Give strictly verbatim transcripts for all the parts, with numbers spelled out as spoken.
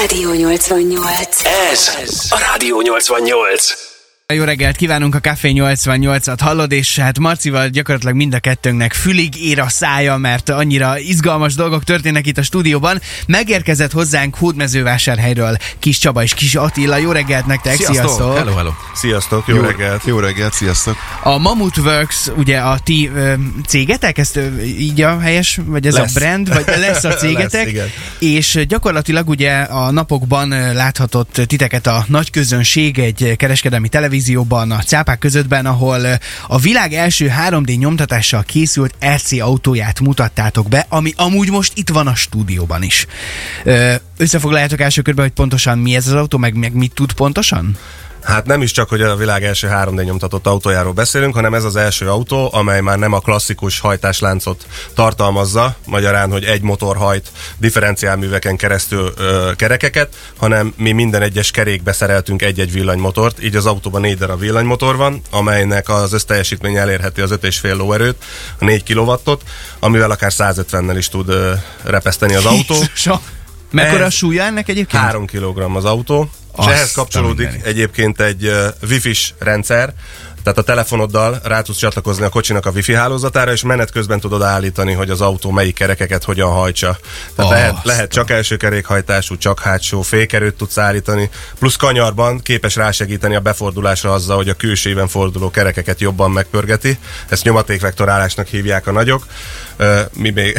Rádió nyolcvannyolc. Ez a Rádió nyolcvannyolc. Jó reggelt kívánunk, a Café nyolcvannyolcat hallod, és hát Marcival gyakorlatilag mind a kettőnknek fülig ér a szája, mert annyira izgalmas dolgok történnek itt a stúdióban. Megérkezett hozzánk Hódmezővásárhelyről Kis Csaba és Kis Attila. Jó reggelt nektek, sziasztok! sziasztok. Hello, hello! Sziasztok, jó, jó reggelt! Jó reggelt, sziasztok! A Mammoth Works, ugye a ti ö, cégetek, ezt ö, így a helyes, vagy ez lesz. A brand, vagy lesz a cégetek, lesz, és gyakorlatilag ugye a napokban ö, láthatott titeket a nagy közönség egy kereskedelmi televízió a cápák közöttben, ahol a világ első három dé nyomtatással készült er cé autóját mutattátok be, ami amúgy most itt van a stúdióban is. Összefoglaljátok első körben, hogy pontosan mi ez az autó, meg, meg mit tud pontosan? Hát nem is csak, hogy a világ első három dé nyomtatott autójáról beszélünk, hanem ez az első autó, amely már nem a klasszikus hajtásláncot tartalmazza, magyarán, hogy egy motor hajt differenciálműveken keresztül ö, kerekeket, hanem mi minden egyes kerékbe szereltünk egy-egy villanymotort, így az autóban négy darab villanymotor van, amelynek az összteljesítmény elérheti az öt egész öt lóerőt, a négy kilowattot, amivel akár százötvennel is tud ö, repeszteni az autó. Mekkora a súlya ennek egyébként? három kilogramm az autó. És Azt ehhez kapcsolódik egyébként egy uh, wifi-s rendszer, tehát a telefonoddal rá tudsz csatlakozni a kocsinak a wifi hálózatára, és menet közben tudod állítani, hogy az autó melyik kerekeket hogyan hajtsa. Tehát lehet, lehet csak első kerékhajtású, csak hátsó, fékerőt tudsz állítani, plusz kanyarban képes rásegíteni a befordulásra azzal, hogy a külsőben forduló kerekeket jobban megpörgeti. Ezt nyomatékvektorálásnak hívják a nagyok. Uh, mi még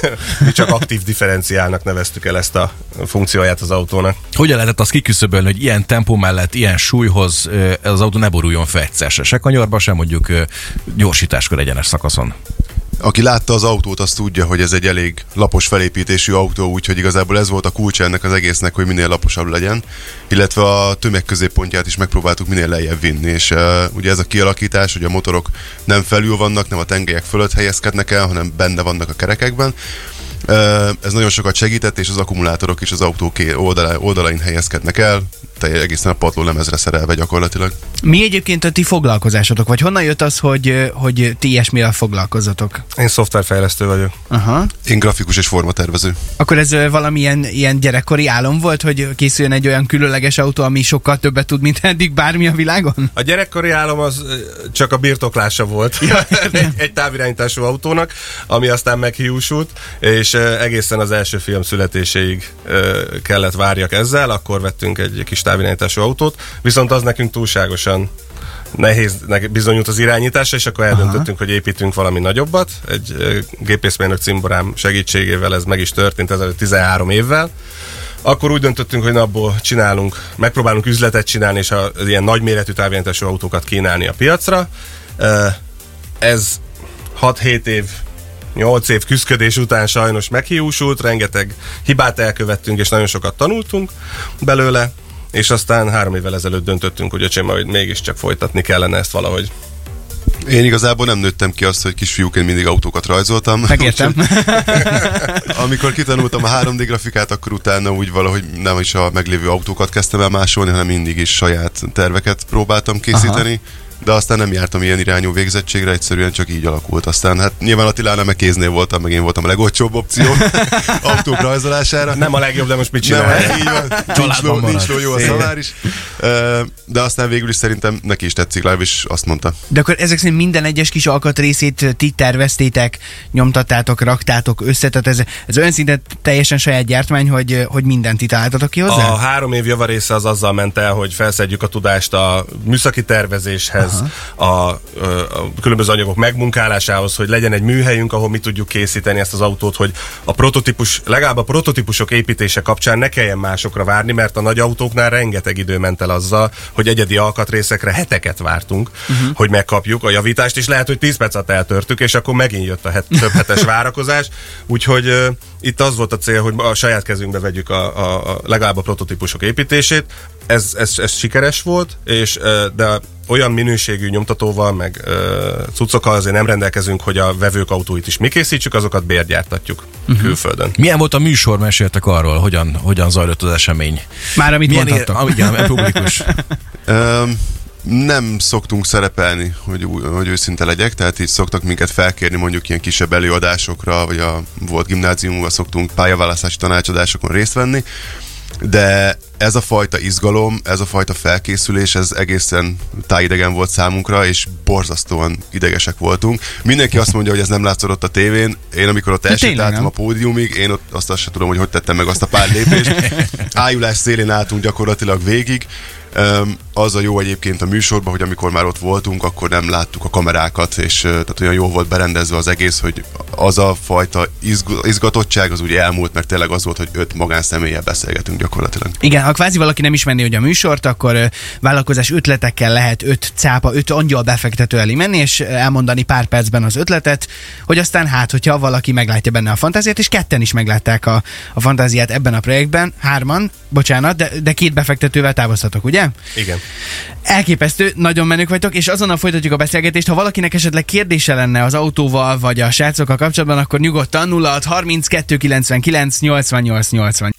mi csak aktív differenciálnak neveztük el ezt a funkcióját az autónak. Hogyan lehetett azt kiküszöbölni, hogy ilyen tempó mellett, ilyen súlyhoz ez az autó ne boruljon fel egyszer se, se kanyarba, sem mondjuk gyorsításkor egyenes szakaszon? Aki látta az autót, az tudja, hogy ez egy elég lapos felépítésű autó, úgyhogy igazából ez volt a kulcsa ennek az egésznek, hogy minél laposabb legyen, illetve a tömegközéppontját is megpróbáltuk minél lejjebb vinni, és uh, ugye ez a kialakítás, hogy a motorok nem felül vannak, nem a tengelyek fölött helyezkednek el, hanem benne vannak a kerekekben. Uh, ez nagyon sokat segített, és az akkumulátorok is az autó oldala, oldalain helyezkednek el, te egészen a padlólemezre szerelve gyakorlatilag. Mi egyébként a ti foglalkozásotok, vagy honnan jött az, hogy, hogy ti ilyesmivel foglalkozzatok? Én szoftverfejlesztő vagyok. Aha. Én grafikus és formatervező. Akkor ez valamilyen ilyen gyerekkori álom volt, hogy készüljön egy olyan különleges autó, ami sokkal többet tud, mint eddig bármi a világon? A gyerekkori álom az csak a birtoklása volt ja, egy, egy távirányítású autónak, ami aztán meghiúsult, és egészen az első film születéséig kellett várjak ezzel, akkor vettünk egy kis távirányítású autót, viszont az nekünk túlságosan nehéz bizonyult az irányítása, és akkor eldöntöttünk, Aha. hogy építünk valami nagyobbat. Egy gépészmérnök cimborám segítségével ez meg is történt ezelőtt tizenhárom évvel. Akkor úgy döntöttünk, hogy abból csinálunk, megpróbálunk üzletet csinálni, és az ilyen nagyméretű távirányítású autókat kínálni a piacra. Ez hat-hét év nyolc év küszködés után sajnos meghiúsult, rengeteg hibát elkövettünk, és nagyon sokat tanultunk belőle, és aztán három évvel ezelőtt döntöttünk, hogy öcsém, hogy mégiscsak folytatni kellene ezt valahogy. Én igazából nem nőttem ki azt, hogy kisfiúként mindig autókat rajzoltam. Megértem. Amikor kitanultam a három dé grafikát, akkor utána úgy valahogy nem is a meglévő autókat kezdtem el másolni, hanem mindig is saját terveket próbáltam készíteni. Aha. De aztán nem jártam ilyen irányú végzettségre, egyszerűen csak így alakult. Aztán hát nyilván Attilánál meg kéznél voltam, meg én voltam a legolcsóbb opció autók rajzolására. Nem a legjobb, de most mit csinálj? Nem, így van. Nincs ló, nincs ló, jó a szalár is. De aztán végül is szerintem neki is tetszik, legalábbis azt mondta. De akkor ezek szerint minden egyes kis alkatrészét ti terveztétek, nyomtattátok, raktátok össze, tehát ez, ez olyan szinten teljesen saját gyártmány, hogy, hogy mindent ti találtatok ki hozzá? A három év javarésze az azzal ment el, hogy felszedjük a tudást a műszaki tervezéshez, A, a, a különböző anyagok megmunkálásához, hogy legyen egy műhelyünk, ahol mi tudjuk készíteni ezt az autót, hogy a prototípus, legalább a prototípusok építése kapcsán ne kelljen másokra várni, mert a nagy autóknál rengeteg idő ment el azzal, hogy egyedi alkatrészekre heteket vártunk, uh-huh. hogy megkapjuk a javítást, és lehet, hogy tíz percet eltörtük, és akkor megint jött a het, több hetes várakozás, úgyhogy uh, itt az volt a cél, hogy a saját kezünkbe vegyük a, a, a legalább a prototípusok építését. Ez, ez, ez sikeres volt, és uh, de olyan minőségű nyomtatóval, meg uh, cuccokkal azért nem rendelkezünk, hogy a vevők autóit is mi készítsük, azokat bérgyártatjuk uh-huh. külföldön. Milyen volt a műsor? Meséltek arról, hogyan, hogyan zajlott az esemény? Már amit Milyen mondhattok. Ér, igen, publikus. um, nem szoktunk szerepelni, hogy, hogy őszinte legyek, tehát így szoktak minket felkérni mondjuk ilyen kisebb előadásokra, vagy a volt gimnáziumban szoktunk pályaválasztási tanácsadásokon részt venni. de ez a fajta izgalom, ez a fajta felkészülés, ez egészen tájidegen volt számunkra, és borzasztóan idegesek voltunk. Mindenki azt mondja, hogy ez nem látszott a tévén. Én amikor ott elsétáltam a pódiumig, én ott azt, azt sem tudom, hogy hogy tettem meg azt a pár lépést. Ájulás szélén álltunk gyakorlatilag végig. Um, az a jó egyébként a műsorban, hogy amikor már ott voltunk, akkor nem láttuk a kamerákat, és uh, tehát olyan jó volt berendezve az egész, hogy az a fajta izg- izgatottság az úgy elmúlt, mert tényleg az volt, hogy öt magánszemélyel beszélgetünk gyakorlatilag. Igen, ha kvázi valaki nem ismerné hogy a műsort, akkor uh, vállalkozás ötletekkel lehet öt cápa, öt angyal befektető elé menni, és elmondani pár percben az ötletet, hogy aztán hát, hogyha valaki meglátja benne a fantáziát, és ketten is meglátták a, a fantáziát ebben a projektben, hárman, bocsánat, de, de két befektetővel távoztatok, ugye? Igen. Elképesztő, nagyon menők vagytok, és azonnal folytatjuk a beszélgetést. Ha valakinek esetleg kérdése lenne az autóval, vagy a srácokkal kapcsolatban, akkor nyugodtan nulla hat harminckettő kilencvenkilenc nyolcvannyolc nyolcvan.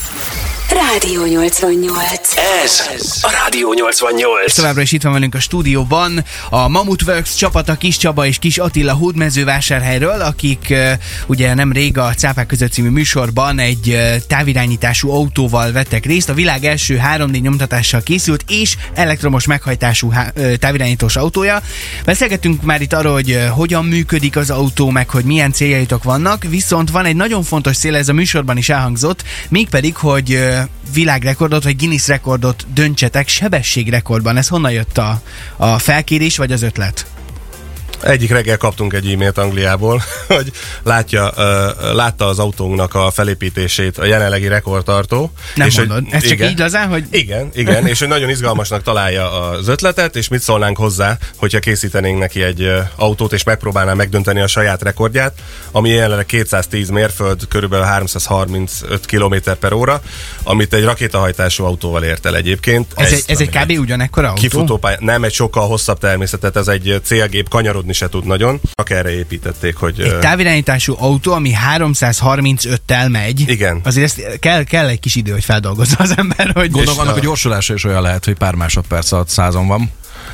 Rádió nyolcvannyolc. Ez a Rádió nyolcvannyolc. Továbbra is itt van velünk a stúdióban a Mamut Works csapata, Kis Csaba és Kis Attila Hódmezővásárhelyről, akik uh, ugye nem rég a Cápák között című műsorban egy uh, távirányítású autóval vettek részt. A világ első három dé nyomtatással készült és elektromos meghajtású há- uh, távirányítós autója. Beszélgettünk már itt arról, hogy uh, hogyan működik az autó, meg hogy milyen céljaitok vannak, viszont van egy nagyon fontos cél, ez a műsorban is elhangzott, mégpedig, hogy uh, világrekordot, vagy Guinness rekordot döntsetek sebességrekordban. Ez honnan jött a, a felkérés, vagy az ötlet? Egyik reggel kaptunk egy e-mailt Angliából, hogy látja, uh, látta az autónknak a felépítését a jelenlegi rekordtartó. Nem és mondod. Hogy, ez csak igen, így lazán, hogy... Igen, igen, és hogy nagyon izgalmasnak találja az ötletet, és mit szólnánk hozzá, hogyha készítenénk neki egy uh, autót, és megpróbálná megdönteni a saját rekordját, ami jelenleg kétszáztíz mérföld, körülbelül háromszázharmincöt kilométer per óra, amit egy rakétahajtású autóval ért el egyébként. Ez, egy, ez egy kb. Ugyanekkora autó? Kifutópálya, nem, egy sokkal hosszabb természetet, ez egy célgép, kanyarodni se tud nagyon. Csak erre építették, hogy... Egy távirányítású autó, ami háromszázharmincöttel megy. Igen. Azért ezt kell, kell egy kis idő, hogy feldolgozza az ember, hogy... Gondolom, annak a gyorsulása is olyan lehet, hogy pár másodperc alatt százon van.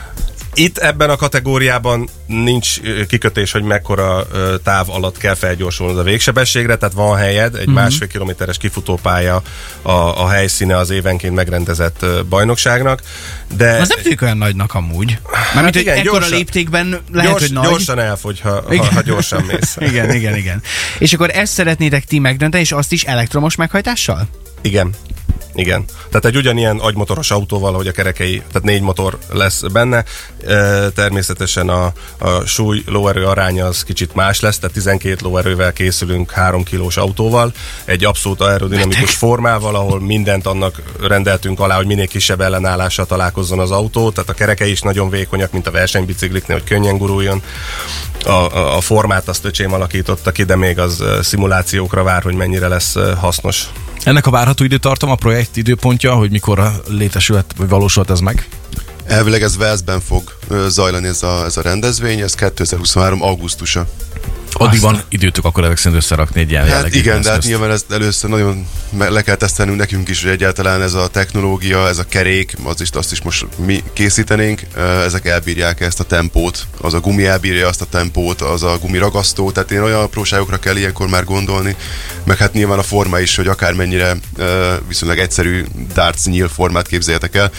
Itt ebben a kategóriában nincs kikötés, hogy mekkora táv alatt kell felgyorsulnod a végsebességre, tehát van helyed, egy mm-hmm. másfél kilométeres kifutópálya a, a helyszíne az évenként megrendezett bajnokságnak, de... Az nem tűnik olyan nagynak amúgy. Mármint, hát hogy ekkora gyorsan, léptékben lehet, gyors, hogy nagy. Gyorsan elfogy, ha, ha, ha gyorsan mész. igen, igen, igen. És akkor ezt szeretnétek ti megdönteni, és azt is elektromos meghajtással? Igen. Igen. Tehát egy ugyanilyen agymotoros autóval, hogy a kerekei, tehát négy motor lesz benne. E, természetesen a, a súly lóerő aránya az kicsit más lesz, tehát tizenkét lóerővel készülünk három kilós autóval, egy abszolút aerodinamikus formával, ahol mindent annak rendeltünk alá, hogy minél kisebb ellenállással találkozzon az autó, tehát a kerekei is nagyon vékonyak, mint a versenybicikliknél, hogy könnyen guruljon. A, a, a formát azt öcsém alakította ki, de még az szimulációkra vár, hogy mennyire lesz hasznos. Ennek a várható időtartama, a projekt időpontja, hogy mikor létesülhet, vagy valósult ez meg? Elvileg ez Walesben fog zajlani ez a, ez a rendezvény, ez kétezer-huszonhárom augusztusa. Addig van időtök akkor ezek szerint összerakni egy ilyen hát jellegű igen, eszközt. de hát nyilván ezt először nagyon le kell tesztelnünk nekünk is, hogy egyáltalán ez a technológia, ez a kerék, az is, azt is most mi készítenénk, ezek elbírják ezt a tempót, az a gumi elbírja azt a tempót, az a gumi ragasztó, tehát én olyan apróságokra kell ilyenkor már gondolni, meg hát nyilván a forma is, hogy akármennyire viszonylag egyszerű darts nyílformát képzeljetek el,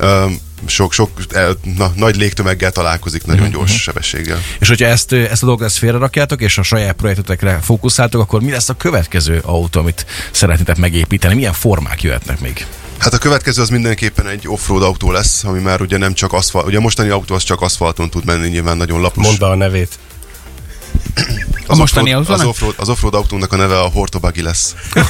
sok, sok na, nagy légtömeggel találkozik nagyon uh-huh. gyors sebességgel. És hogyha ezt, ezt a dolgot ezt félrerakjátok, és a saját projektetekre fókuszáltok, akkor mi lesz a következő autó, amit szeretnétek megépíteni? Milyen formák jöhetnek még? Hát a következő az mindenképpen egy offroad autó lesz, ami már ugye nem csak aszfalt, ugye a mostani autó az csak aszfalton tud menni, nyilván nagyon lapos. Mondd a nevét. Az a mostani autó? Az offroad, az offroad autónak a neve a Hortobagi lesz.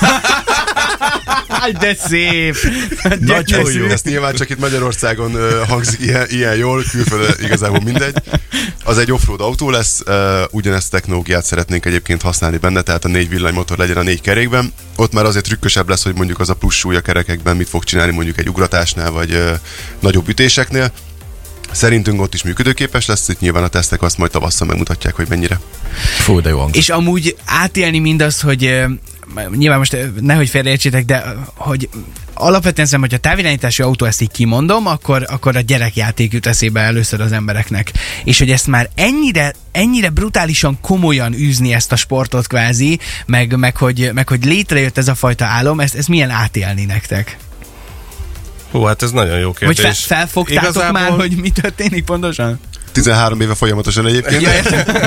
De szép! Nagyon jó. Ezt nyilván csak itt Magyarországon uh, hangzik ilyen, ilyen jól, külföldön igazából mindegy. Az egy offroad autó lesz, uh, ugyanezt technológiát szeretnénk egyébként használni benne, tehát a négy villanymotor legyen a négy kerékben. Ott már azért trükkösebb lesz, hogy mondjuk az a plusz súly a kerekekben mit fog csinálni mondjuk egy ugratásnál, vagy uh, nagyobb ütéseknél. Szerintünk ott is működőképes lesz, itt nyilván a tesztek azt majd tavasszal megmutatják, hogy mennyire. Fú, de jó hangzik. És amúgy átélni mindazt, hogy nyilván most nehogy félreértsétek, de hogy alapvetően szerintem, hogy a távirányítású autó, ezt így kimondom, akkor, akkor a gyerekjáték jut eszébe először az embereknek. És hogy ezt már ennyire, ennyire brutálisan komolyan űzni ezt a sportot kvázi, meg, meg, hogy, meg hogy létrejött ez a fajta álom, ezt, ezt milyen átélni nektek? Hú, hát ez nagyon jó kérdés. Vagy fel, felfogtátok Igazából... már, hogy mi történik pontosan? tizenhárom éve folyamatosan egyébként. Ja,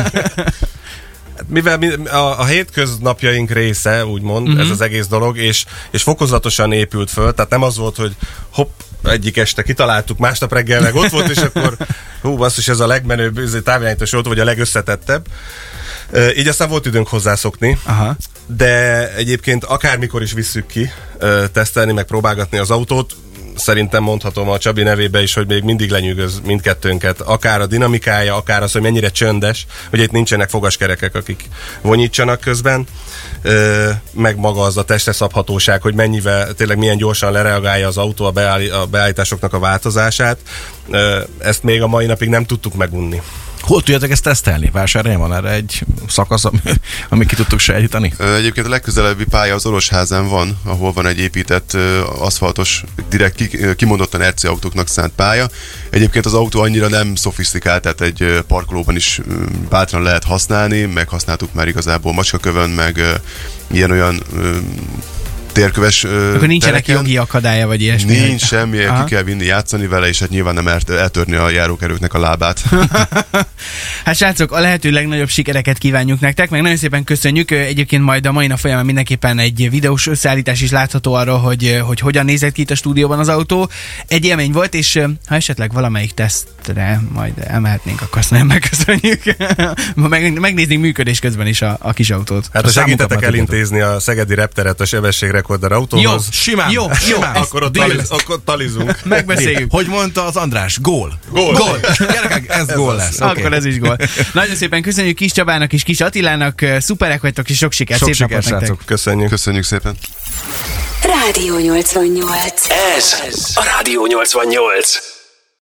Mivel mi, a, a hétköznapjaink része, úgymond, uh-huh. ez az egész dolog, és, és fokozatosan épült föl, tehát nem az volt, hogy hopp, egyik este kitaláltuk, másnap reggel meg ott volt, és akkor hú, basszus, ez a legmenőbb távirányítós autó, vagy a legösszetettebb. E, így aztán volt időnk hozzászokni, Aha. de egyébként akármikor is visszük ki, e, tesztelni, meg próbálgatni az autót. Szerintem mondhatom a Csabi nevébe is, hogy még mindig lenyűgöz mindkettőnket. Akár a dinamikája, akár az, hogy mennyire csöndes, hogy itt nincsenek fogaskerekek, akik vonyítsanak közben, ö, meg maga az a testre szabhatóság, hogy mennyivel, tényleg milyen gyorsan lereagálja az autó a, beáll, a beállításoknak a változását. Ö, ezt még a mai napig nem tudtuk megunni. Hol tudjátok ezt tesztelni? Vásárhelyen van erre egy szakasz, ami, ami ki tudtuk sajátítani? Egyébként a legközelebbi pálya az Orosházán van, ahol van egy épített aszfaltos, direkt kimondottan er cé autóknak szánt pálya. Egyébként az autó annyira nem szofisztikált, tehát egy parkolóban is bátran lehet használni, meghasználtuk már igazából Macskakövön, meg ilyen-olyan térköves Akkor nincsenek tereken. Jogi akadálya, vagy ilyesmi? Nincs semmi, Aha. ki kell vinni, játszani vele, és hát nyilván nem eltörni a járókerőknek a lábát. Hát srácok, a lehető legnagyobb sikereket kívánjuk nektek, meg nagyon szépen köszönjük. Egyébként majd a mai nap folyamán mindenképpen egy videós összeállítás is látható arról, hogy, hogy hogyan nézett ki itt a stúdióban az autó. Egy élmény volt, és ha esetleg valamelyik tesztre majd elmehetnénk, akkor azt nagyon megköszönjük. Meg, megnéznénk működés közben is a, a kis autót. Hát ha segítetek elintézni a szegedi repteret a sebességrekorder autóhoz. Jó, simán. Jó, jó, akkor ott taliz, akkor talizunk. Megbeszéljük. Hogy mondta az András? Gól. Gól. Gól. Gyerekek, ez, ez gól lesz. Okay. Akkor ez is gól. Nagyon szépen köszönjük Kis Csabának és Kis Attilának. Szuperek vagytok, és sok sikert. Sok Szép sikert, napot nektek. Köszönjük. Köszönjük szépen. Rádió nyolcvannyolc. Ez a Rádió nyolcvannyolc.